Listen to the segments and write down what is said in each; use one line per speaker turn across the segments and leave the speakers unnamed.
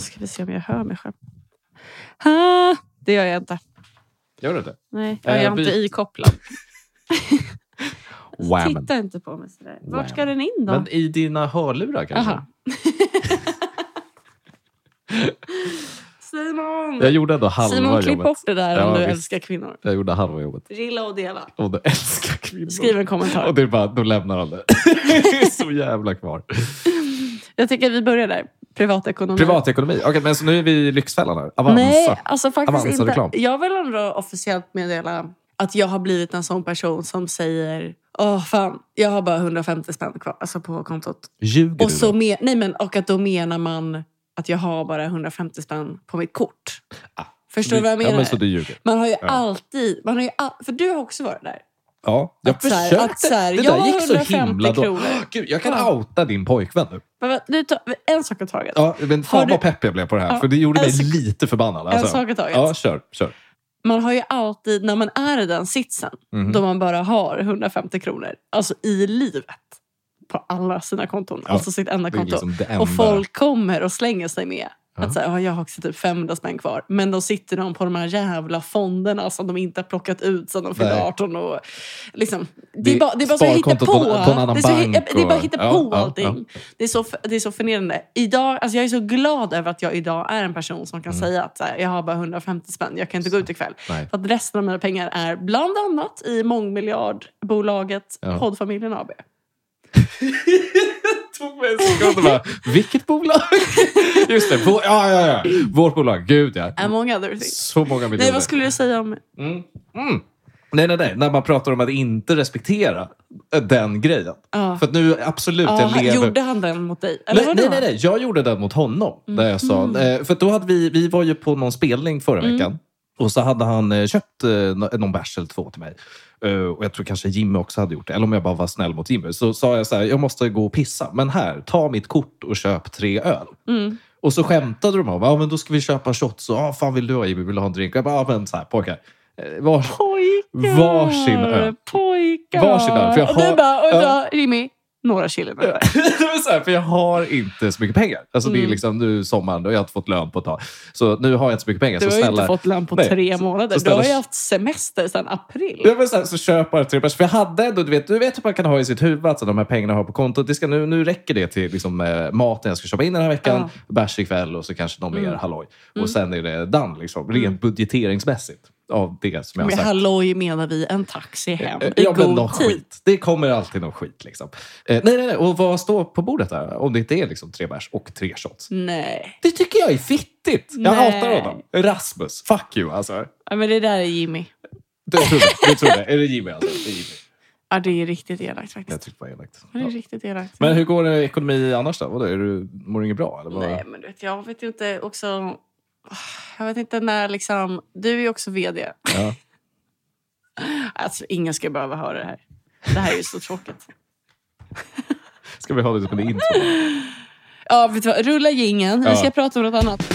Ska vi se om jag hör mig själv. Det gör jag inte.
Gör du det?
Nej, jag är inte ikopplad.
Whammen.
Titta inte på mig sådär. Vart ska den in då?
Men i dina hörlurar kanske?
Aha. Simon!
Jag gjorde ändå halva
Simon,
jobbet.
klipp bort det där om du
visst.
älskar kvinnor.
Jag gjorde halva jobbet.
Gilla och dela.
Om du älskar kvinnor.
Skriv en kommentar.
Och det är bara, då lämnar han det. Det är så jävla kvar.
Jag tycker att vi börjar där. Privatekonomi.
Privatekonomi. Okej, men så nu är vi i Lyxfällan här. Avanza.
Nej, alltså faktiskt
Avanza
inte.
reklam.
Jag vill ändå officiellt meddela att jag har blivit en sån person som säger fan, jag har bara 150 spänn kvar alltså på kontot.
Ljuger
och
du
så
då?
och att då menar man att jag har bara 150 spänn på mitt kort. Förstår du vad jag menar?
Ja, men så du ljuger.
Man har ju alltid, för du har också varit där.
Ja, jag
Att så här-
försökte.
att så här,
det
jag
där
har
gick så
150
himla då.
kronor.
Gud, jag kan outa din pojkvän nu.
Nu en sak i taget.
Ja, men fan vad pepp jag blev på det här.
Ja,
för det gjorde mig
en
lite förbannad. Alltså.
En sak i taget.
Ja, kör.
Man har ju alltid, när man är i den sitsen, då man bara har 150 kronor, alltså i livet, på alla sina konton, alltså sitt enda
det är
konto.
liksom det enda.
Och folk kommer och slänger sig med. Att säga, jag har också typ 500 spänn kvar. Men då sitter de på de här jävla fonderna som de inte har plockat ut sedan de fyllde 18. Och liksom, det är bara så hitta på.
på en annan bank.
Det är bara hitta på allting.
Ja.
Det är så förnedrande. Idag, alltså jag är så glad över att jag idag är en person som kan säga att så här, jag har bara 150 spänn. Jag kan inte gå ut ikväll.
Nej.
För att resten av mina pengar är bland annat i mångmiljardbolaget Poddfamiljen AB.
Tog mig en sekund och bara, vilket bolag? Just det, ja. Vårt bolag, gud ja.
Among other things.
Så många miljoner.
Nej, vad skulle du säga om...
Nej. När man pratar om att inte respektera den grejen. För att nu absolut jag lever...
Gjorde han den mot dig? Eller
Nej. Jag gjorde den mot honom. Där jag sa... För då hade vi var ju på någon spelning förra veckan. Och så hade han köpt någon bärs eller 2 till mig. Och jag tror kanske Jimmy också hade gjort det. Eller om jag bara var snäll mot Jimmy. Så sa jag så här, jag måste gå och pissa. Men här, ta mitt kort och köp 3 öl. Och så skämtade de om, men då ska vi köpa shots. Och fan vill du ha Jimmy, vill du ha en drink? Och jag bara, men så här, pojkar. Varsin öl.
Pojkar.
Varsin öl. För jag
och du bara, Jimmy, några chili.
För jag har inte så mycket pengar. Alltså det är liksom nu sommaren och jag har inte fått lön på ett tag. Så nu har jag inte så mycket pengar.
Du
så
har ju inte fått lön på 3 månader. Du har ju haft semester sedan april.
Ja, men så köper jag 3 bärs. För jag hade ändå, du vet hur man kan ha i sitt huvud att de här pengarna jag har på kontot. Det ska, nu räcker det till liksom, maten jag ska köpa in den här veckan. Bärs ikväll och så kanske någon mer halloj. Och sen är det done liksom. Rent budgeteringsmässigt. Av det som jag har sagt.
Med halloj menar vi en taxi hem i
ja, men
god tid.
Skit. Det kommer alltid någon skit liksom. Nej. Och vad står på bordet där? Om det inte är liksom 3 bärs och 3 shots.
Nej.
Det tycker jag är fittigt. Jag hatar honom. Rasmus. Fuck you alltså.
Ja, men det där är Jimmy.
Du tror det. Är det Jimmy alltså? Det är Jimmy.
Ja, det är riktigt elakt faktiskt.
Jag tyckte det var elakt.
Det är riktigt elakt.
Men hur går det ekonomi annars då? Mår du inget bra? Eller vad?
Nej, men du vet, jag vet inte också... Jag vet inte när liksom... Du är ju också vd.
Ja.
Alltså, ingen ska behöva höra det här. Det här är ju så tråkigt.
Ska vi ha det som en intro?
Ja, vet du vad? Rulla jingeln. Vi ska prata om något annat.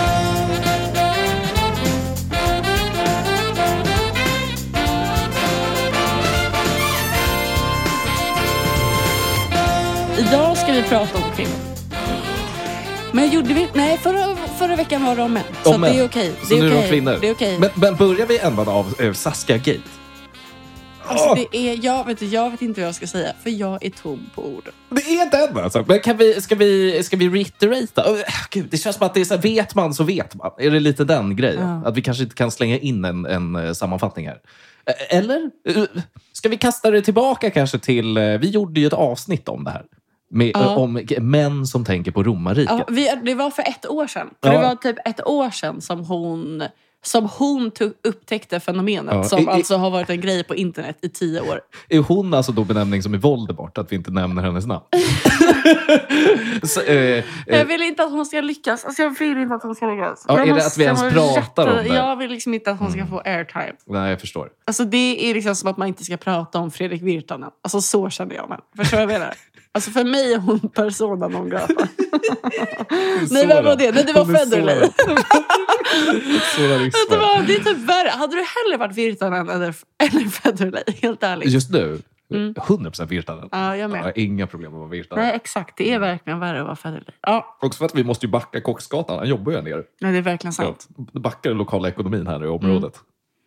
Idag ska vi prata om kvinnor. Men gjorde vi... Nej, förra veckan var det om män. Så det är okej.
Så nu är det om kvinnor.
Det är okej.
Men börjar vi ändan av Saskia Gate?
Alltså det är... Jag vet inte vad jag ska säga. För jag är tom på ord.
Det är den alltså. Men ska vi reiterata? Gud, det känns som att det är så här, vet man så vet man. Är det lite den grejen? Att vi kanske inte kan slänga in en sammanfattning här. Eller? Ska vi kasta det tillbaka kanske till... Vi gjorde ju ett avsnitt om det här. Om män som tänker på romarriket.
Ja, det var för 1 år sedan. För det var typ 1 år sedan som hon upptäckte fenomenet. Som alltså har varit en grej på internet i 10 år.
Är hon alltså då benämning som är Voldemort? Att vi inte nämner hennes namn?
Jag vill inte att hon ska lyckas. Alltså jag vill inte att hon ska lyckas.
Ja, är det att vi ens pratar om det?
Jag vill liksom inte att hon ska få airtime.
Nej, jag förstår.
Alltså det är liksom som att man inte ska prata om Fredrik Virtanen. Alltså så känner jag mig. Förstår jag vad jag menar? Alltså för mig är hon persona non grata. Nej, vad var det? Nej, det var Federley. Det är typ värre. Hade du hellre varit Virtanen eller Federley? Helt ärligt.
Just nu? 100% Virtanen.
Ja, jag med.
Jag har inga problem med att vara Virtanen.
Nej, exakt. Det är verkligen värre att vara Federley. Ja.
Också för att vi måste ju backa Kocksgatan. Han jobbar ju här nere.
Nej, det är verkligen sant.
Ja, backar den lokala ekonomin här i området.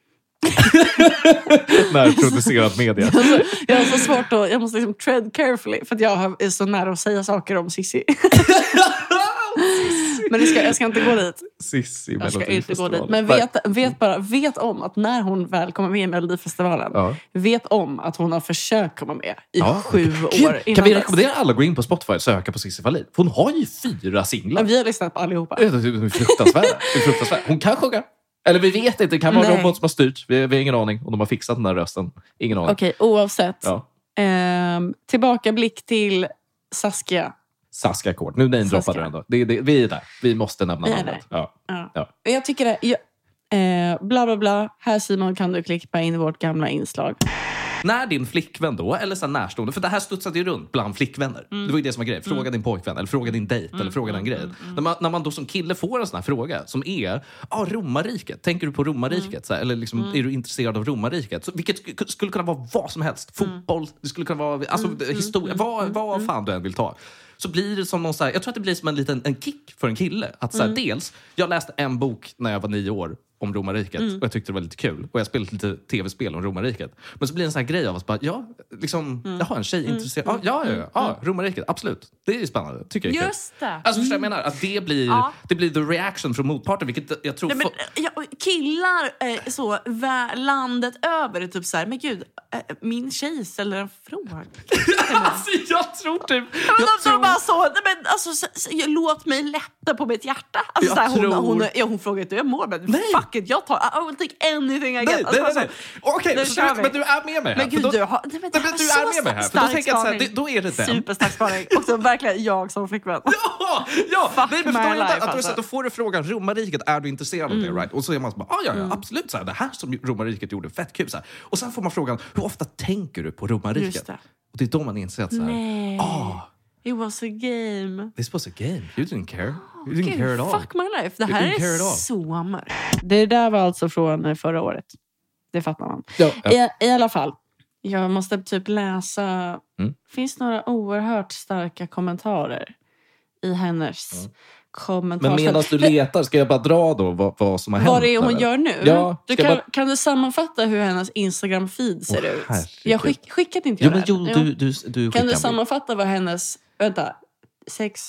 Närproducerad media.
Jag har så svårt att... Jag måste liksom tread carefully. För att jag är så nära att säga saker om Sissi. Men jag ska inte gå dit.
Sissi,
jag ska inte gå dit. Men vet om att när hon väl kommer med i Melodifestivalen, vet om att hon har försökt komma med i 7 år.
Kan vi rekommendera alla att gå in på Spotify och söka på Sissi Wallin? Hon har ju 4 singlar.
Men vi har lyssnat på allihopa.
Det är fruktansvärt. Hon kan sjunga. Eller vi vet inte, det kan vara en robot som har styrt. Vi har ingen aning om de har fixat den där rösten. Ingen aning.
Okej, oavsett. Tillbakablick till Saskia
Kort. Nu namedroppade du ändå. Vi är där. Vi måste nämna namnet. Ja.
Jag tycker det... bla bla bla. Här Simon kan du klicka in vårt gamla inslag.
När din flickvän då, eller så närstående, för det här studsade ju runt bland flickvänner. Det var ju det som var grejen. Fråga din pojkvän, eller fråga din dejt, eller fråga den grejen. När man då som kille får en sån här fråga, som är, romarriket. Tänker du på romarriket? Så här, eller liksom, är du intresserad av romarriket? Så, vilket skulle kunna vara vad som helst. Fotboll, det skulle kunna vara historia, vad fan du än vill ta. Så blir det som någon så här, jag tror att det blir som en kick för en kille. Att så här, dels, jag läste en bok när jag var 9 år om romarriket och jag tyckte det var lite kul. Och jag spelade lite tv-spel om romarriket. Men så blir det en sån här grej av att bara, jag har en tjej intresserad. Romarriket, absolut. Det är spännande, tycker jag är
just det.
Alltså förstår jag menar? Att det blir the reaction från motparten, vilket jag tror...
killar så landet över är typ så här, men gud, min tjej ställer en fråga.
Alltså jag tror typ...
De bara så, men alltså, låt mig lätta på mitt hjärta. Alltså, hon frågar inte hur jag mår, men fuck it, jag tar, I will take anything I get.
Nej. Okej, men du är med mig här.
Men gud, du är med mig här. För då tänker jag så här,
då är det den.
Superstark spaning. Och så verkligen jag som flickvän.
Nej, men förstår inte att du säger, då får du frågan, romarriket, är du intresserad av det, right? Och så är man så bara, absolut, så här, det här som romarriket gjorde, fett kul. Så här. Och sen får man frågan, hur ofta tänker du på romarriket? Och det är då man inser att så här,
it was a game.
This was a game. You didn't care. You didn't care at all.
Fuck my life. Det här är så mörkt. Det där var alltså från förra året. Det fattar man. I alla fall. Jag måste typ läsa. Finns några oerhört starka kommentarer i hennes kommentarer.
Men medan du letar, ska jag bara dra då vad som har hänt?
Vad det är hon gör nu?
Ja,
kan du sammanfatta hur hennes Instagram-feed ser ut? Jag skickade inte
jag det. Du
kan du sammanfatta vad hennes... Vänta. 6,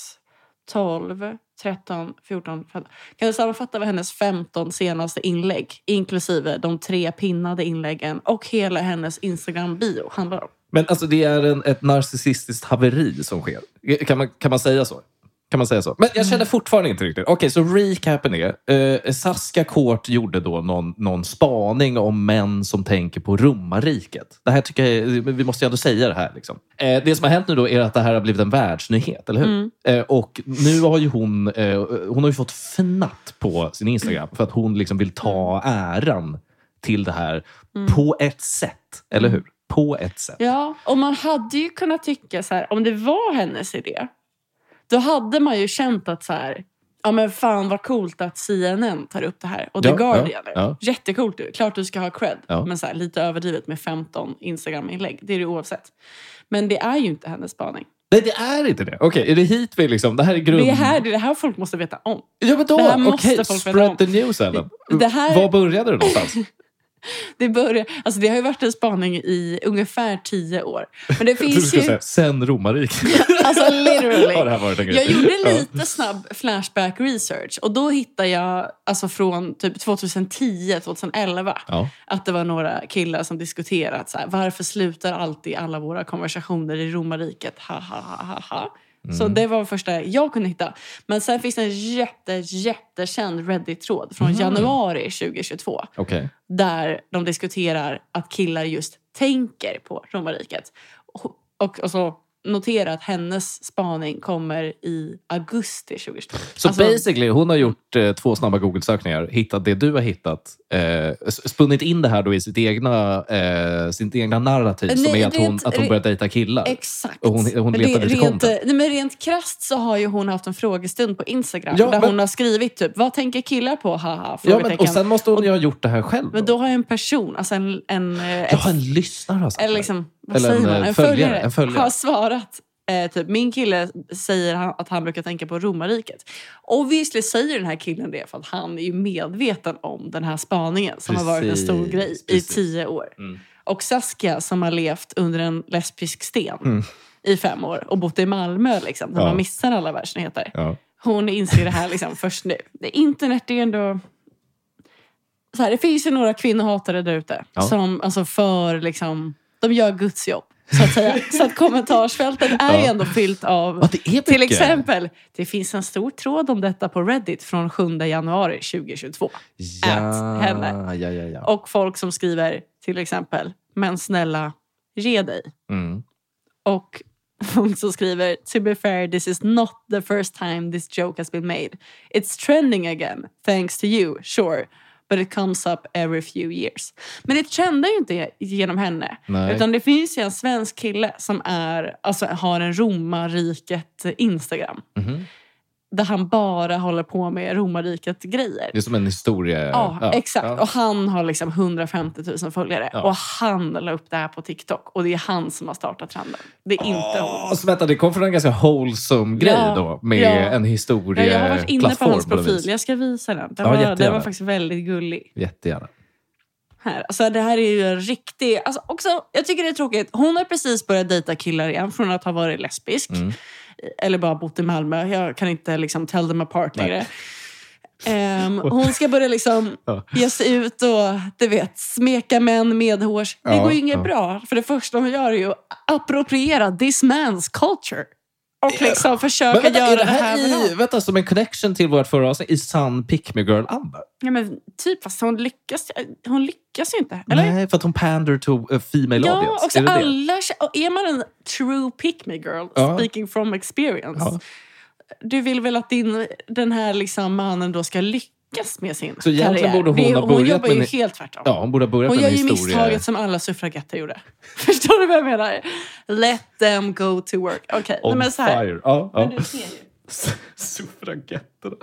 12, 13, 14, 15. Kan du sammanfatta vad hennes 15 senaste inlägg, inklusive de 3 pinnade inläggen och hela hennes Instagram-bio handlar om? Men
alltså det är ett narcissistiskt haveri som sker. Kan man säga så? Kan man säga så? Men jag känner fortfarande inte riktigt. Okej, så recapen är... Saskia Kort gjorde då någon spaning om män som tänker på romarriket. Det här tycker jag... Vi måste ju ändå säga det här. Liksom. Det som har hänt nu då är att det här har blivit en världsnyhet, eller hur? Och nu har ju hon har ju fått fnatt på sin Instagram för att hon liksom vill ta äran till det här på ett sätt, eller hur? På ett sätt.
Ja, och man hade ju kunnat tycka så här, om det var hennes idé, då hade man ju känt att så här, ja men fan vad coolt att CNN tar upp det här. Och The Guardian. Jättecoolt. Klart du ska ha cred. Men så här, lite överdrivet med 15 Instagram-inlägg. Det är det oavsett. Men det är ju inte hennes spaning.
Nej, det är inte det. Okej, är det hit vi liksom... Det här är grund...
Det är det här folk måste veta om.
Ja, men då, okej, spread the news, Ellen. Var började det någonstans?
Det har ju varit en spaning i ungefär 10 år. Men det finns ju...
Sen romarriket.
Alltså literally.
Ja, det här varit en grej.
Jag gjorde lite snabb flashback research. Och då hittade jag alltså från typ 2010, 2011. Att det var några killar som diskuterat så här, varför slutar alltid alla våra konversationer i romarriket? Ha ha ha ha. Så det var första jag kunde hitta. Men sen finns det en jättekänd Reddit-tråd från januari 2022. Där de diskuterar att killar just tänker på romarriket. Och så notera att hennes spaning kommer i augusti 2022.
Så alltså, basically, hon har gjort 2 snabba Google-sökningar, hittat det du har hittat, spunnit in det här då i sitt egna narrativ, som är att hon börjar dejta killar.
Exakt.
Och hon letar lite content.
Men rent krasst så har ju hon haft en frågestund på Instagram där hon har skrivit typ, vad tänker killar på? Haha,
och sen måste hon ju ha gjort det här själv.
Men då har ju en person, alltså en
lyssnare alltså.
Eller liksom vad säger man? En följare
följare
har svarat. Typ, min kille säger att han brukar tänka på romarriket. Obviously säger den här killen det för att han är ju medveten om den här spaningen som har varit en stor grej i 10 år. Och Saskia som har levt under en lesbisk sten i 5 år och bott i Malmö liksom, där man missar alla världsnyheter.
Ja.
Hon inser det här liksom först nu. Internet är ändå... Så här, det finns ju några kvinnohatare där ute som alltså för liksom, de gör Guds jobb. Så att säga. Så att kommentarsfältet är ju ändå fyllt av... Till exempel, det finns en stor tråd om detta på Reddit från 7 januari 2022. Henne.
Ja.
Och folk som skriver till exempel, men snälla, ge dig. Och folk som skriver, to be fair, this is not the first time this joke has been made. It's trending again, thanks to you, sure. But it comes up every few years. Men det trendar ju inte genom henne.
Nej.
Utan det finns ju en svensk kille som har en romarriket Instagram. Där han bara håller på med romarriket grejer.
Det är som en historia.
Ja, exakt. Ja. Och han har liksom 150 000 följare. Ja. Och han la upp det här på TikTok. Och det är han som har startat trenden. Det är inte hon.
Så vänta, det kom från en ganska wholesome grej då. Med en historia.
Jag har varit inne på hans profil. Jag ska visa den. Den var faktiskt väldigt gullig.
Jättegärna.
Här. Alltså det här är ju en riktig... Alltså också, jag tycker det är tråkigt. Hon har precis börjat dejta killar igen från att ha varit lesbisk. Eller bara bott i Malmö. Jag kan inte liksom tell them apart längre. Hon ska börja liksom ge sig ut och du vet, smeka män medhårs. Det går ju inget bra. För det första hon gör är ju att appropriera this man's culture. Och liksom försöka göra det här
vänta, som en connection till vårt förra avsnitt i sann pick me girl anda.
Ja men typ, fast hon lyckas ju inte, eller?
Nej, för att hon pander to a female audience.
Ja, också är man en true pick me girl, speaking from experience. Du vill väl att den här liksom mannen då ska lyckas med sin
så egentligen
karriär.
Borde hon
jobbar ju helt tvärtom.
Ja, hon borde ha börjat med en historia.
Hon gör ju misstaget som alla suffragetter gjorde. Förstår du vad jag menar? Let them go to work. Okej, men så här. Men du ser ju.
Suffragetterna.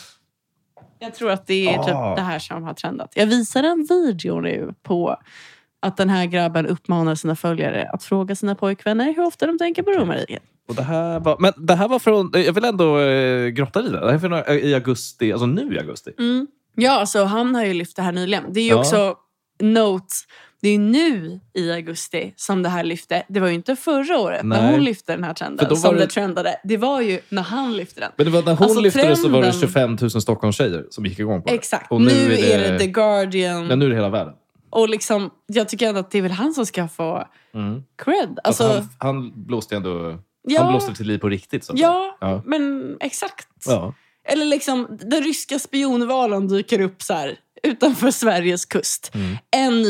Jag tror att det är typ det här som har trendat. Jag visar en video nu på att den här grabben uppmanar sina följare att fråga sina pojkvänner hur ofta de tänker på romarriket.
Och det här var från, jag vill ändå grotta i det. Det här är från i augusti, alltså nu i augusti.
Ja, alltså han har ju lyft det här nyligen. Det är ju också det är nu i augusti som det här lyfte. Det var ju inte förra året när hon lyfte den här trenden som det trendade. Det var ju när han lyfte den.
Men det var när hon lyfte det så var det 25 000 Stockholmstjejer som gick igång på det.
Exakt. Och nu är det The Guardian.
Men nu är det hela världen.
Och liksom, jag tycker ändå att det är väl han som ska få cred. Alltså,
han blåste ändå... Han blåste till liv på riktigt. Så
ja, men exakt. Ja. Eller liksom, den ryska spionvalen dyker upp så här utanför Sveriges kust. En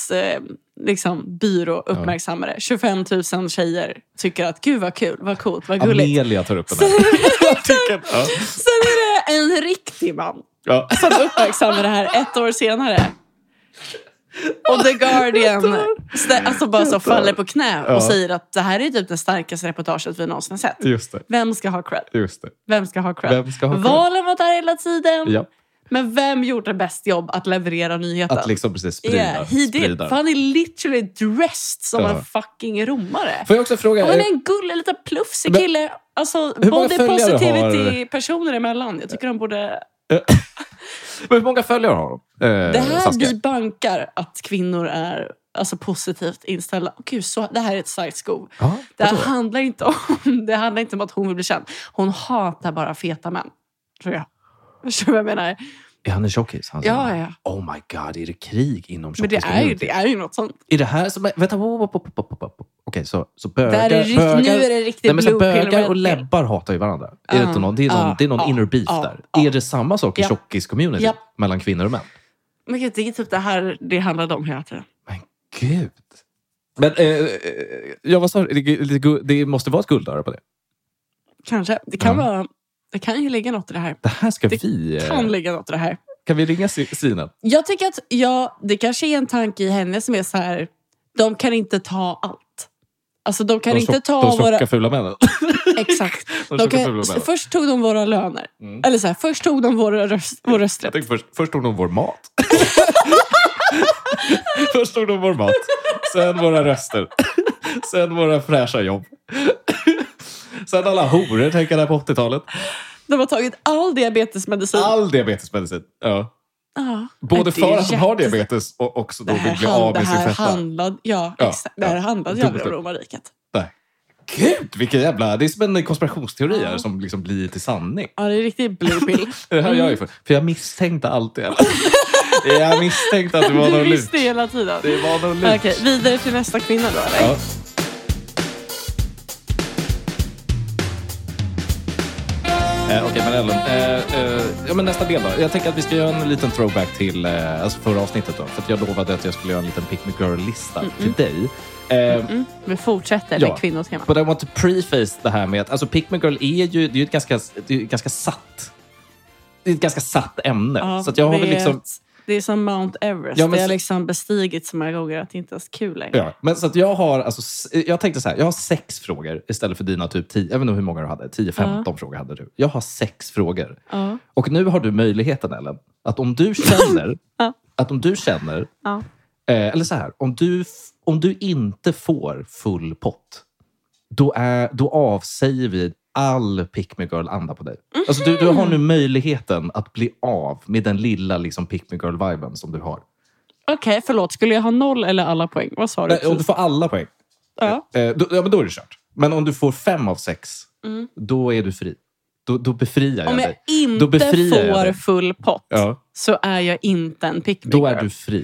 nyhetsbyrå uppmärksammar det. 25 000 tjejer tycker att gud vad kul, vad coolt, vad gulligt.
Amelia tar upp den här.
Sen är det en riktig man som uppmärksammar det här 1 år senare. Och The Guardian alltså bara så faller på knä och säger att det här är typ det starkaste reportaget vi någonsin har sett.
Just det.
Vem ska ha cred?
Just det.
Vem ska ha cred? Valen var där hela tiden.
Ja.
Men vem gjorde bäst jobb att leverera nyheten?
Att liksom precis sprida.
Yeah, he did. För han är literally dressed som en fucking romare.
Får jag också fråga?
Han är en gullig, lite plufsig kille. Alltså, body positivity personer emellan. Jag tycker de borde...
Hur många följare har de?
Det här vi bankar att kvinnor är alltså positivt inställda. Gud, det här är ett starkt skov. Det handlar inte om att hon vill bli känd. Hon hatar bara feta män, tror jag. Förstår du vad jag menar?
Är han en tjockis?
Ja.
Oh my god, är det krig inom
tjockis? Men det är ju något sånt.
Är det här som... Vänta, okej, så bögar...
Nu är det riktigt blue pill.
Bögar och läbbar hatar ju varandra. Är det inte någon, det är någon inner beef där. Är det samma sak i tjockis-community mellan kvinnor och män?
Men det är typ det här det handlar om hela tiden.
Men gud. Men, vad sa du? Det måste vara ett guldöra på det.
Kanske. Det kan vara... Det kan ju ligga något i det här.
Det här ska
det kan ligga något i det här.
Kan vi ringa Sina?
Jag tycker att det kanske är en tanke i henne som är så här. De kan inte ta allt. Alltså de kan inte ta
de tjocka fula männen.
Exakt. Först tog de våra löner. Eller så här, först tog de vår rösträtt.
Jag tänkte först tog de vår mat. Först tog de vår mat. Sen våra röster. Sen våra fräscha jobb. Sen alla horor, tänker jag, där på 80-talet.
De har tagit all diabetesmedicin.
All diabetesmedicin, ja. Både för att de har diabetes och också då vill bli av med sin fetta.
Det här handlade ju aldrig om romarriket.
Nej. Gud, vilken jävla... Det är som en konspirationsteori här som liksom blir till sanning.
Ja, det är riktigt blue pill.
Det här gör jag för jag misstänkte alltid. Jag misstänkte att det var något lut.
Du visste hela tiden.
Det var något lut.
Okej, vidare till nästa kvinna då, eller?
Ja. Okej, men Ellen, men nästa del då. Jag tänker att vi ska göra en liten throwback till alltså förra avsnittet då. För att jag lovade att jag skulle göra en liten pick me girl-lista till dig.
Vi fortsätter med kvinnotema.
But I want to preface det här med att alltså pick me girl är ju, det är ett ganska satt. Det är ett ganska satt ämne.
Ja,
så att jag har väl liksom...
Det är som Mount Everest.
Ja, men
det har liksom bestigit så många gånger att det inte är så kul längre.
Ja, men så att jag har, alltså, jag tänkte så här, jag har 6 frågor istället för dina typ 10, jag vet inte hur många du hade, 10-15 frågor hade du. Jag har 6 frågor. Och nu har du möjligheten, Ellen, att om du känner, eller så här, om du inte får full pott, då avsäger vi all pick me girl anda på dig. Alltså du har nu möjligheten att bli av med den lilla liksom pick me girl viben som du har.
Okej, förlåt. Skulle jag ha 0 eller alla poäng? Vad sa du?
Nej, om du får alla poäng. Men då är det kört. Men om du får 5 av 6, då är du fri. Då befriar jag dig.
Om jag inte får full pott så är jag inte en pick me girl.
Då är du fri.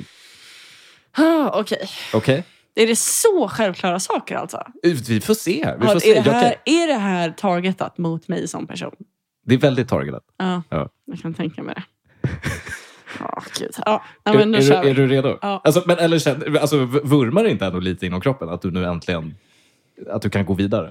Okej. Är det så självklara saker alltså?
Vi får se här.
Är det här targetat mot mig som person?
Det är väldigt targetat.
Ja. Jag kan tänka mig det. Gud. Men nu
är du redo?
Ja.
Alltså, vurmar det inte ändå lite inom kroppen att du nu äntligen att du kan gå vidare?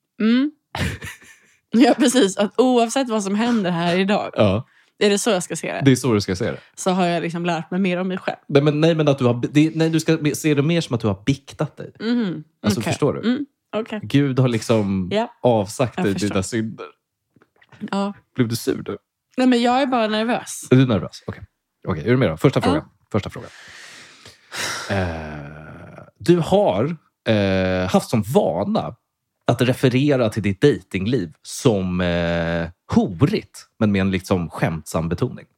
Ja, precis. Att oavsett vad som händer här idag, är det så jag ska se det?
Det är så du ska se det.
Så har jag liksom lärt mig mer om mig själv.
Nej, men att du ska se det mer som att du har biktat dig. Alltså, förstår du?
Okay.
Gud har liksom avsagt dig dina synder.
Ja.
Blev du sur du?
Nej, men jag är bara nervös.
Är du nervös? Okej, är du med då? Första frågan. Du har haft som vana att referera till ditt datingliv som horigt, men med en liksom skämtsam betoning.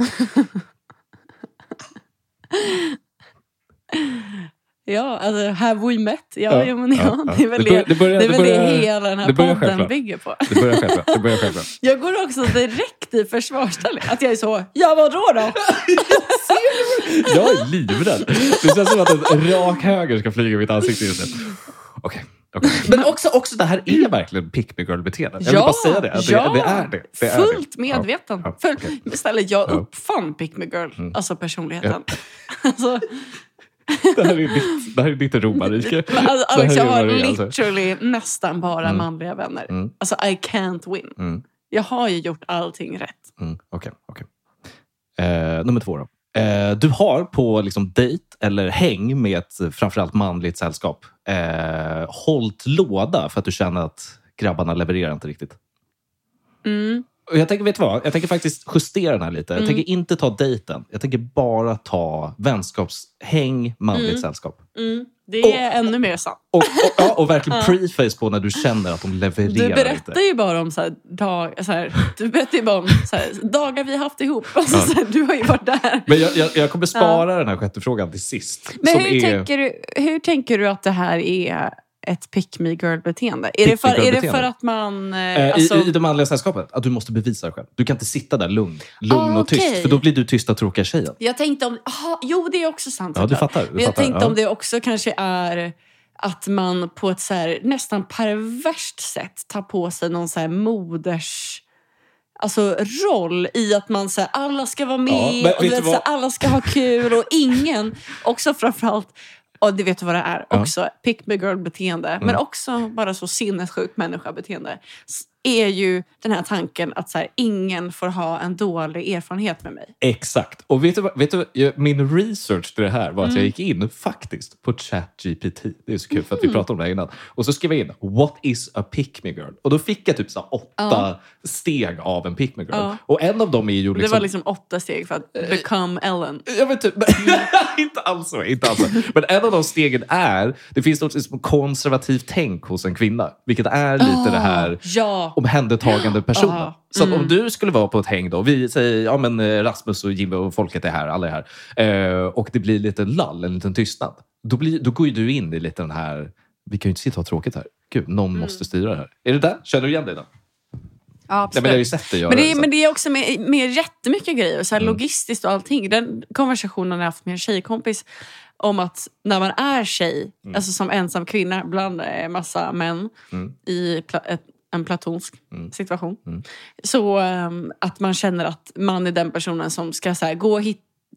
Ja, alltså have we met? Det är väl det hela den här podden bygger på.
Det börjar självklart.
Jag går också direkt i försvarsställning. Att jag är så, vadå?
Jag är livrädd. Det känns som att en rak höger ska flyga i mitt ansikte just nu. Okej. Men också det här är verkligen pick me girl-beteende. Jag vill bara säga det. Det är
fullt medveten. Istället, jag uppfann pick me girl. Alltså personligheten. Alltså...
Det här är ditt romarrike.
Alex, jag har literally nästan bara manliga vänner. Alltså, I can't win. Jag har ju gjort allting rätt.
Okej. Nummer 2 då. Du har på liksom dejt eller häng med ett framförallt manligt sällskap hållit låda för att du känner att grabbarna levererar inte riktigt. Och jag tänker, vet du vad? Jag tänker faktiskt justera den här lite. Jag tänker inte ta dejten. Jag tänker bara ta vänskapshäng, manligt sällskap.
Det är ännu mer sant.
Och verkligen preface på när du känner att de levererar.
Du berättar ju bara om dagar vi haft ihop. Alltså, du har ju varit där.
Men jag kommer spara den här sjätte frågan till sist.
Men hur tänker du att det här är ett pick me girl-beteende? Är det för att man...
I det manliga sällskapet, att du måste bevisa dig själv. Du kan inte sitta där lugn och tyst. För då blir du tysta, tråkiga tjejen.
Jag tänkte om... Jo, det är också sant.
Ja, du fattar.
Men jag tänkte om det också kanske är att man på ett så här, nästan perverst sätt tar på sig någon så här moders... Alltså roll i att man säger alla ska vara med och alla ska ha kul och ingen, också framförallt, och det vet du vad det är, också pick me girl beteende, men också bara så sinnessjukt människa beteende. är ju den här tanken att så här, ingen får ha en dålig erfarenhet med mig.
Exakt. Och vet du, min research till det här var att jag gick in faktiskt på ChatGPT. Det är så kul för att vi pratade om det här innan. Och så skrev jag in, what is a pick me girl? Och då fick jag typ så 8 steg av en pick me girl. Och en av dem är ju liksom...
Det var liksom 8 steg för att become Ellen.
Jag vet typ, inte alls så. Men en av de stegen är, det finns något liksom konservativt tänk hos en kvinna. Vilket är lite det här omhändertagande personen. Så att om du skulle vara på ett häng då, vi säger Rasmus och Jimmy och folket är här, alla är här. Och det blir lite lull, en liten tystnad. Då går ju du in i lite den här, vi kan ju inte sitta och ha tråkigt här. Gud, någon måste styra det här. Är det där? Känner du igen dig då?
Ja, absolut.
Nej, men det är ju sätt att göra
men det är också med jättemycket grejer. Så här, logistiskt och allting. Den konversationen jag haft med en tjejkompis om att när man är tjej, alltså som ensam kvinna bland massa män i en platonsk situation. Så att man känner att man är den personen som ska så här, gå och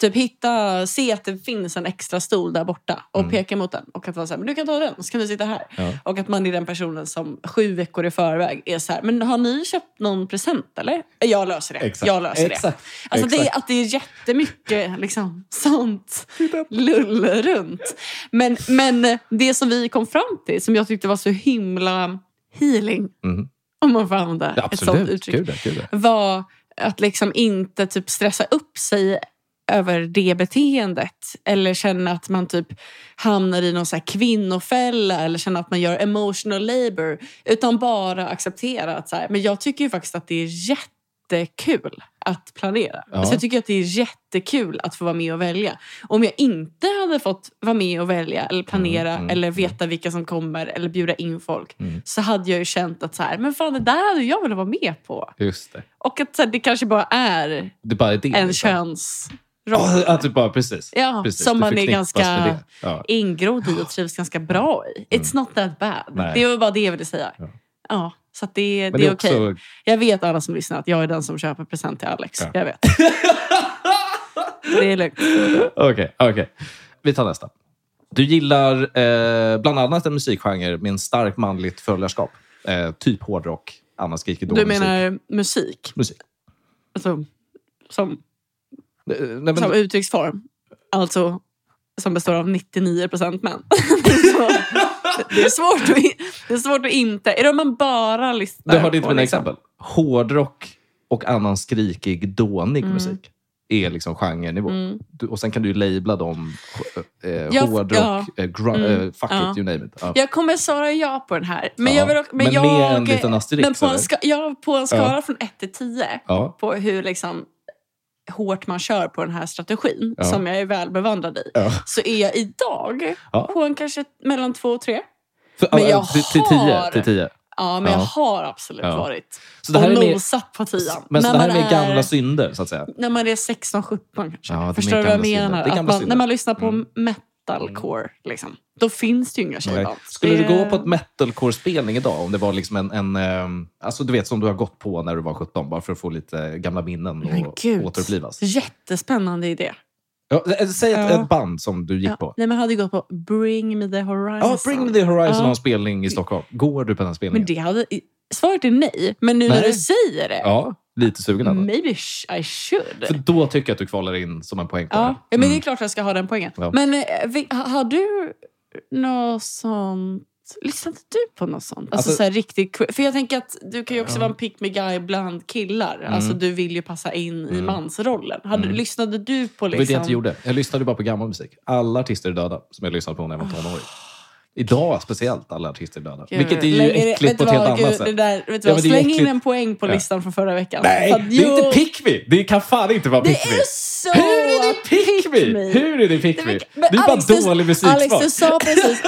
se att det finns en extra stol där borta och peka mot den. Och att vara så här, men du kan ta den, så kan du sitta här. Ja. Och att man är den personen som 7 veckor i förväg är så här, men har ni köpt någon present eller? Jag löser det.
Exakt.
Jag löser det. Alltså det är jättemycket liksom, sånt lull runt. Men det som vi kom fram till, som jag tyckte var så himla healing, om man får använda ett sånt uttryck, var att liksom inte typ stressa upp sig över det beteendet. Eller känna att man typ hamnar i någon så här kvinnofälla. Eller känna att man gör emotional labor. Utan bara acceptera att så här, men jag tycker ju faktiskt att det är jättekul att planera. Ja. Alltså jag tycker att det är jättekul att få vara med och välja. Om jag inte hade fått vara med och välja eller planera eller veta vilka som kommer eller bjuda in folk, så hade jag ju känt att så här, men fan, det där hade jag velat vara med på.
Just det.
Och att så här, det kanske bara är en köns...
Att du bara, precis.
Ja, precis. Som man är ganska ingrodd i och trivs ganska bra i. It's not that bad. Nej. Det var bara det jag ville säga. Ja, så att det är okej. Också... Jag vet alla som lyssnar att jag är den som köper present till Alex. Ja. Jag vet. Det är lugnt.
Okej. Vi tar nästa. Du gillar bland annat en musikgenre med en stark manligt följarskap. Typ hårdrock, Anna skriker då.
Du menar musik?
Musik.
Alltså, som uttrycksform. Alltså som består av 99% män. Det är svårt att inte. Är det om man bara lyssnar?
Du har inte mina exempel. Hårdrock och annan skrikig, dånig musik är liksom genrenivå. Och sen kan du labla dem hårdrock, fuck it, you name it. Ja.
Jag kommer svara ja på den här. Men
med en liten asterix.
Men på en skala från 1 till 10 på hur liksom hårt man kör på den här strategin som jag är väl bevandrad i, så är jag idag på en kanske mellan 2 och 3. Men jag
till 10.
Ja, men jag har absolut varit
så det här
och nosat på 10.
Men så det här är med gamla synder, så att säga.
När man är 16-17 kanske. Förstår du vad jag menar? När man lyssnar på metalcore, liksom, då finns det ju inga tjejband.
Skulle du gå på ett metalcore-spelning idag? Om det var liksom alltså du vet, som du har gått på när du var 17, bara för att få lite gamla minnen och återupplivas.
Jättespännande idé.
Ja, säg ett band som du gick på.
Nej, men hade gått på Bring Me The Horizon.
Ja, Bring Me The Horizon har en spelning i Stockholm. Går du på den spelningen?
Men svaret är nej. Men nu när du säger det.
Ja, lite sugen ändå.
Maybe I should.
För då tycker jag att du kvalar in som en poäng på det.
Ja, men det är klart att jag ska ha den poängen. Ja. Men har du något sånt... Lyssnade du på något sånt? Alltså så här riktigt... För jag tänker att du kan ju också vara en pick me guy bland killar. Alltså du vill ju passa in i mansrollen. Lyssnade du på liksom...
Det var det jag inte gjorde. Jag lyssnade bara på gammal musik. Alla artister är döda som jag lyssnade på när jag var tonåring. Idag speciellt alla artister är döda. Vilket är ju äckligt på ett helt annat sätt.
Släng in en poäng på listan från förra veckan.
Nej, det är inte pick me. Det kan fan inte vara pick me.
Det är så
Hur är det pick me? Hur är det pick me? Det är bara dålig musiksmak.
Alex, du sa precis.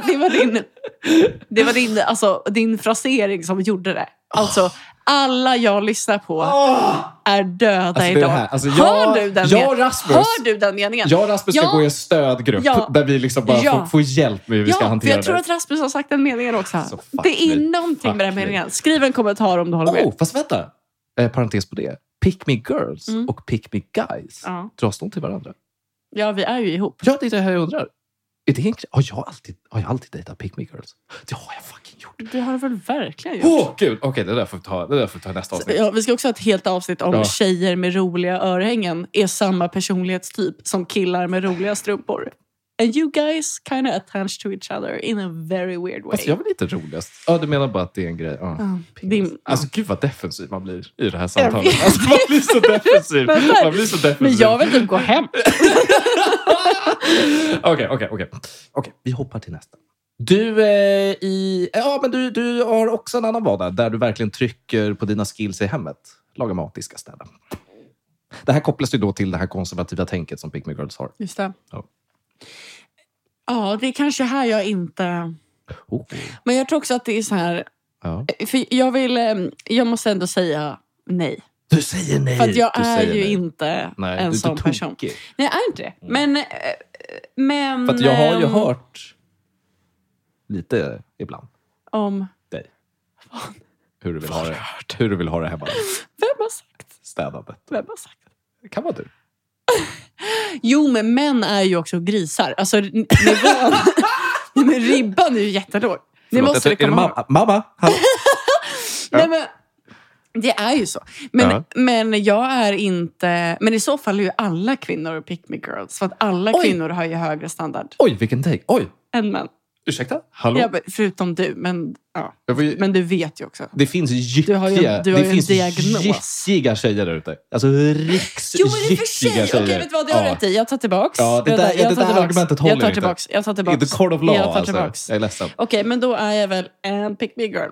Det var din frasering som gjorde det. Alltså, alla jag lyssnar på är döda idag.
Hör
du den meningen?
Jag och Rasmus ska gå i en stödgrupp där vi liksom bara får hjälp med hur vi ska hantera det.
Jag tror att Rasmus har sagt den meningen också. Det är någonting med den meningen. Skriv en kommentar om du håller med.
Fast vänta. Parentes på det. Pick me girls och pick me guys. Dras de till varandra?
Ja, vi är ju ihop.
Ja, det är det här jag undrar. Är det har jag alltid dejtat pick me girls? Det har jag fucking gjort.
Det har du väl verkligen gjort?
Gud. Okej, det där får vi ta nästa avsnitt.
Ja, vi ska också ha ett helt avsnitt om tjejer med roliga örhängen är samma personlighetstyp som killar med roliga strumpor. And you guys kind of attached to each other in a very weird way.
Alltså jag är lite roligast. Ja, du menar bara att det är en grej. Alltså gud vad defensiv man blir i det här samtalet. Alltså man blir så defensiv.
Men jag vill typ gå hem.
Okej, vi hoppar till nästa. Du du har också en annan vana där du verkligen trycker på dina skills i hemmet. Laga mat, diska, städa. Det här kopplas ju då till det här konservativa tänket som pick me girls har.
Just det. Ja, det är kanske här jag inte... Men jag tror också att det är så här... För jag måste ändå säga nej.
Du säger nej.
För att jag är ju inte en sån person. Nej, jag är inte det. Men...
För att jag har ju hört lite ibland.
Om?
Dig. Hur du vill ha det hemma.
Vem har sagt?
Städandet.
Vem har sagt?
Det kan vara du.
Jo, men män är ju också grisar. Alltså, nivån... men ribban är ju jättelåg. Ni måste
mamma?
Nej, men... Det är ju så. Men jag är inte... Men i så fall är ju alla kvinnor pick me girls. För att alla kvinnor har ju högre standard.
Oj, vilken take.
Än män.
Ursäkta? Hallå?
Ja, förutom du, men men du vet ju också.
Det finns giftiga tjejer där ute. Alltså riksgiftiga tjejer.
Okej, vet du vad? Det har rätt i. Jag tar tillbaks.
Ja, det där argumentet håller inte.
Jag tar tillbaks.
The court of law,
jag tar tillbaks.
Alltså. Jag är ledsen.
Okej, men då är jag väl en pick me girl.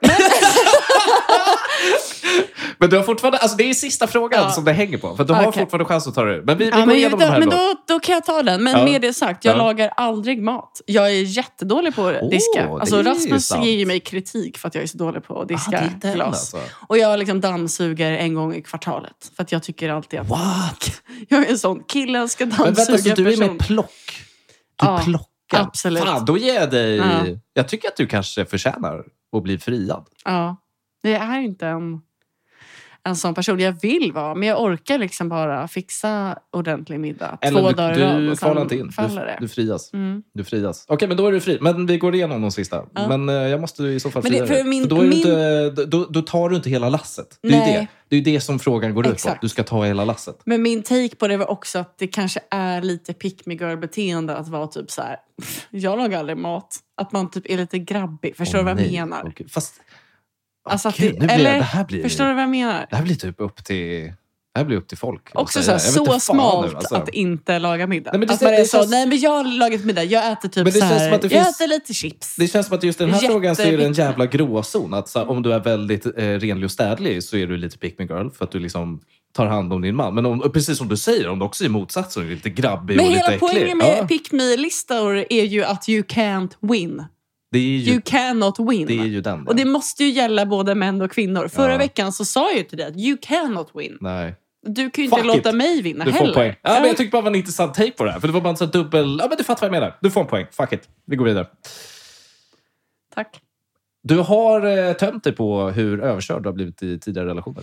Men du har fortfarande, alltså det är sista frågan som det hänger på. För du har fortfarande chans att ta det. Men vi går igenom det här
men då kan jag ta den. Men med det sagt, jag lagar aldrig mat. Jag är jättedålig på att diska. Alltså Rasmus ger ju mig kritik för att jag är så dålig på att diska glas. Alltså. Och jag liksom dammsuger en gång i kvartalet. För att jag tycker alltid att...
What?
Jag är en sån killen ska dammsuga.
Men vänta, så du är med plock? Du plockar?
Absolut.
Fan, då ger jag dig... Jag tycker att du kanske förtjänar att bli friad.
Ja, det är inte en sån person jag vill vara. Men jag orkar liksom bara fixa ordentlig middag.
Eller
2 dagar
du kvalar inte in. Du frias. Du frias. Okej, men då är du fri. Men vi går igenom de sista. Men jag måste i så fall fria dig. Då tar du inte hela lasset. Det är ju det som frågan går ut på. Du ska ta hela lasset.
Men min take på det var också att det kanske är lite pick me girl beteende att vara typ så här. Jag lagar aldrig mat. Att man typ är lite grabbig. Förstår du vad jag menar?
Okay. Fast...
Alltså
förstår
du vad jag menar?
Det här blir typ upp till folk.
Också så smalt alltså. Att inte laga middag. Nej, men men jag har lagat middag. Jag äter typ så här. Jag äter lite chips.
Det känns som att just den här frågan så är det en jävla gråzon. Att så här, om du är väldigt renlig och städlig så är du lite pick me girl. För att du liksom tar hand om din man. Men precis som du säger, om du också är motsatsen är lite grabbig och lite äcklig.
Men hela poängen med pick me-listor är ju att you can't win. You cannot win.
Det är ju den.
Och det måste ju gälla både män och kvinnor. Förra veckan så sa jag ju till dig att you cannot win.
Nej.
Du kan ju inte låta mig vinna heller.
Du får poäng. Ja, men jag tyckte bara det var en intressant take på det här. För det var bara en sån dubbel... Ja, men du fattar vad jag menar. Du får en poäng. Fuck it. Vi går vidare.
Tack.
Du har tömt dig på hur överkörd du har blivit i tidigare relationer.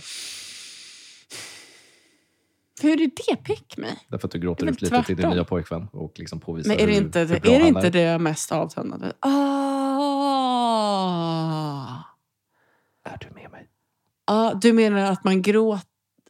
Hur är det pick mig?
Därför att du gråter ut lite till din nya pojkvän och liksom påvisar
men är det inte det mest avtändande?
Är du med mig?
Du menar att man gråter?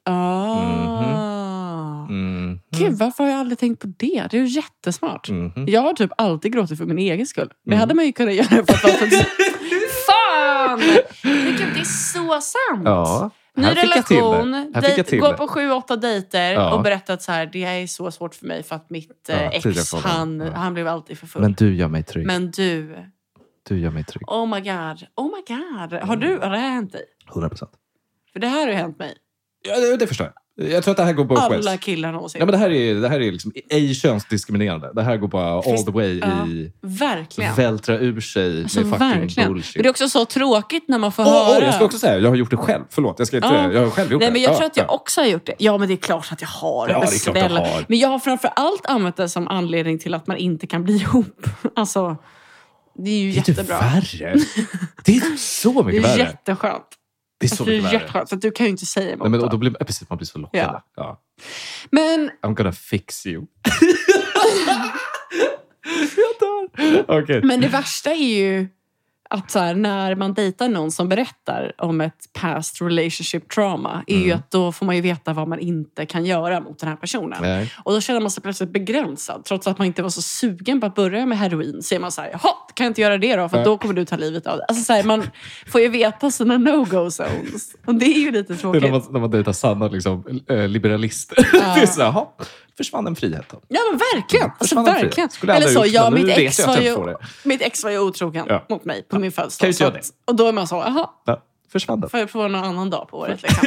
Gud, varför har jag aldrig tänkt på det? Det är ju jättesmart. Jag har typ alltid gråtit för min egen skull. Det hade man ju kunnat göra för att fan! Det är så sant.
Ja.
Ny relation, gå på 7-8 dejter och berätta att så här, det är så svårt för mig för att mitt ex, han blev alltid för full.
Men du gör mig trygg.
Men du
gör mig trygg.
Oh my god. Har det hänt dig?
100%.
För det här har ju hänt mig.
Ja, det förstår jag. Jag tror att det här går both ways.
Alla killar någonsin.
Ja, men det här är liksom ej könsdiskriminerande. Det här går bara all the way i...
Verkligen.
Vältra ur sig
alltså,
med fucking
verkligen.
bullshit.
Men det är också så tråkigt när man får höra...
Jag ska också säga, jag har gjort det själv. Förlåt, jag ska inte... Jag har själv gjort det.
Nej, men jag tror att jag också har gjort det. Ja, men det är klart att jag har.
Ja, det är klart jag har.
Men jag har framförallt använt det som anledning till att man inte kan bli ihop. Alltså, det är ju jättebra.
Det är värre. Det är så mycket värre.
Det är jätteskönt.
Det är så mycket värre.
Så att du kan ju inte säga emot.
Nej, men då blir man blir så lockad. Ja.
Men...
I'm gonna fix you. Okay.
Men det värsta är ju att så här, när man dejtar någon som berättar om ett past relationship trauma är ju att då får man ju veta vad man inte kan göra mot den här personen.
Nej.
Och då känner man sig plötsligt begränsad. Trots att man inte var så sugen på att börja med heroin så är man så här, jaha, kan jag inte göra det då? För då kommer du ta livet av det. Alltså så här, man får ju veta sina no-go zones. Och det är ju lite tråkigt.
Det är när man dejtar sanna liksom, liberalister. Det är så här, jaha, försvann en frihet då?
Ja men verkligen. Alltså, verkligen.
Eller så,
ja, mitt ex var ju otrogen mot mig på min födelsedag. Och då är man så, jaha.
Ja, försvann den.
Får jag prova någon annan dag på året liksom.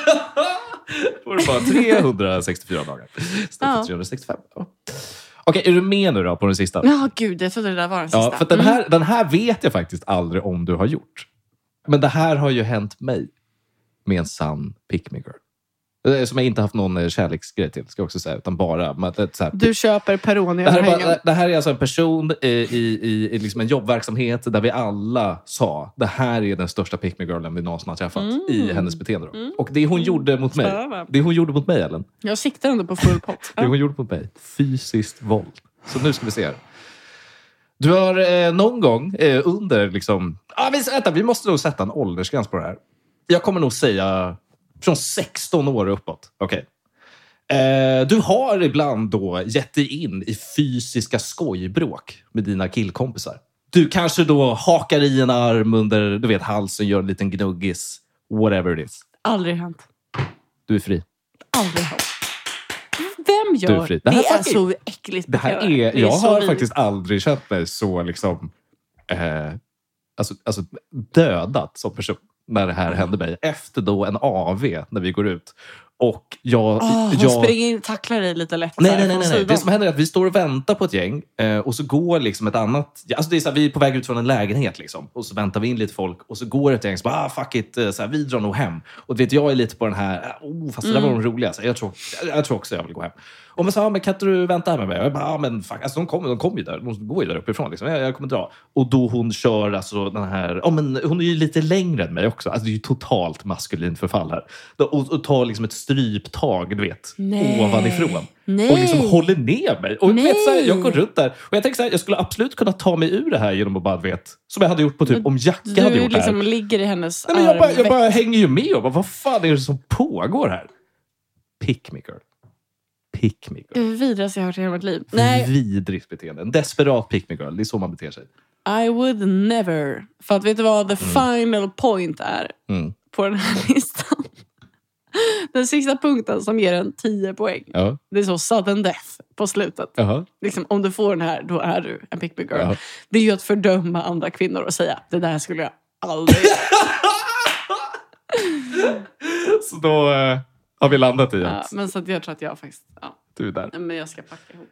Får du bara 364 dagar. 365. Okej, är du med nu då på den sista?
Ja, gud, jag trodde det där var den sista.
Ja, för den här vet jag faktiskt aldrig om du har gjort. Men det här har ju hänt mig med en sann pick-me girl. Som jag inte haft någon kärleksgrej till, ska jag också säga. Utan bara...
Du köper Peroni.
Det här är alltså en person i liksom en jobbverksamhet där vi alla sa det här är den största pick-me-girlen vi någonsin har träffat i hennes beteende. Och det hon gjorde mot mig, Ellen.
Jag siktar ändå på full pott.
Det hon gjorde mot mig. Fysiskt våld. Så nu ska vi se här. Du har någon gång under liksom... vi måste nog sätta en åldersgräns på det här. Jag kommer nog säga... Från 16 år uppåt. Okej. Du har ibland då gett dig in i fysiska skojbråk med dina killkompisar. Du kanske då hakar i en arm under, du vet, halsen, gör en liten gnuggis. Whatever it is.
Aldrig hänt.
Du är fri.
Aldrig hänt. Vem gör?
Du är fri.
Det är så äckligt.
Jag har faktiskt aldrig känt mig så liksom... Alltså dödat som person. När det här hände mig. Efter då en AV när vi går ut. Och jag
springer in och tacklar dig lite lätt.
Nej. Det som händer är att vi står och väntar på ett gäng. Och så går liksom ett annat... Alltså det är så här, vi är på väg ut från en lägenhet liksom. Och så väntar vi in lite folk. Och så går ett gäng som bara, fuck it. Så här, vi drar nog hem. Och vet jag är lite på den här... fast det där var de roliga. Så jag tror också jag vill gå hem. Och man sa, men kan inte du vänta här med mig? Jag bara, men fuck. Alltså de kommer ju där. De går ju där uppifrån liksom. Jag kommer dra. Och då hon kör alltså den här... men hon är ju lite längre än mig också. Alltså det är ju totalt maskulint förfall här. Och tar liksom ett stryptag, du vet. Ovanifrån.
Nej.
Och liksom håller ner mig. Och vet, så här, jag går runt där. Och jag tänker så här, jag skulle absolut kunna ta mig ur det här genom att bara, vet. Som jag hade gjort på typ, om Jacka hade gjort
liksom
det här.
Ligger i hennes
nej, men jag bara hänger ju med och bara, vad fan är det som pågår här? Pick me girl. Pick me girl.
Det vidrigaste jag har hört i hela mitt liv.
Vidrigt beteende. En desperat pick me girl. Det är så man beter sig.
I would never. För att vet du vad the final point är på den här listan? Den sista punkten som ger en 10 poäng. Ja. Det är så sudden death på slutet. Liksom, om du får den här, då är du en pick me girl. Det är ju att fördöma andra kvinnor och säga, det där skulle jag aldrig.
Så då har vi landat i att...
men så att jag tror att jag faktiskt...
Du är där.
Men jag ska packa ihop.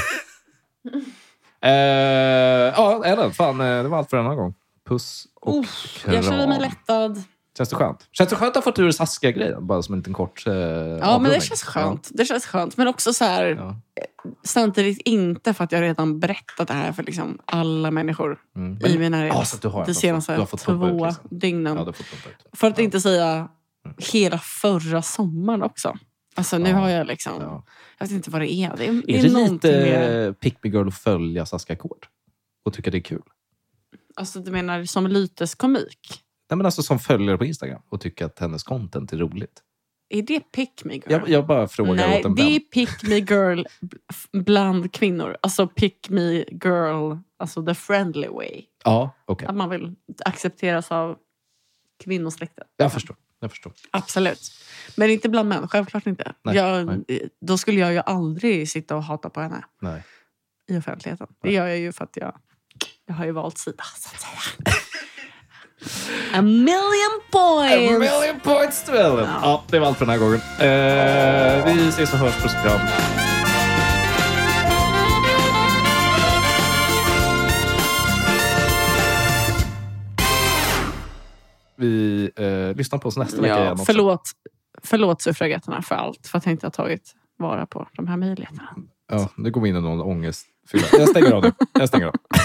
Ellen, fan, det var allt för den här gång. Puss och kram.
Jag känner mig lättad.
Känns det skönt? Känns det skönt att ha fått ur Saskia-grejen? Bara som en liten kort
men det känns skönt. Det känns skönt. Men också så här... Samtidigt inte för att jag redan berättat det här för liksom alla människor i min närhet. De senaste 2 dygnen. För att inte säga hela förra sommaren också. Alltså nu har jag liksom... Jag vet inte vad det är. Det är
lite pick me girl att följa Saskia Kård? Och tycka det är kul?
Alltså du menar som lyteskomik?
Nej, men alltså som följer på Instagram och tycker att hennes content är roligt.
Är det pick me girl?
Jag bara frågar
Nej,
åt en
det är pick me girl bland kvinnor. Alltså pick me girl, alltså the friendly way.
Ja, okej.
Att man vill accepteras av kvinnosläktet.
Jag förstår.
Absolut. Men inte bland män, självklart inte.
Nej.
Då skulle jag ju aldrig sitta och hata på henne.
Nej.
I offentligheten. Det gör jag ju för att jag har ju valt sida, så att säga. A million points!
A million points to Ellen. Ja, det var allt för den här gången. Vi ses och hörs på skram. Vi lyssnar på oss nästa vecka igen också.
Förlåt suffragetterna för allt. För att jag inte har tagit vara på de här möjligheterna.
Ja, nu går vi in i någon ångest. Jag stänger av det.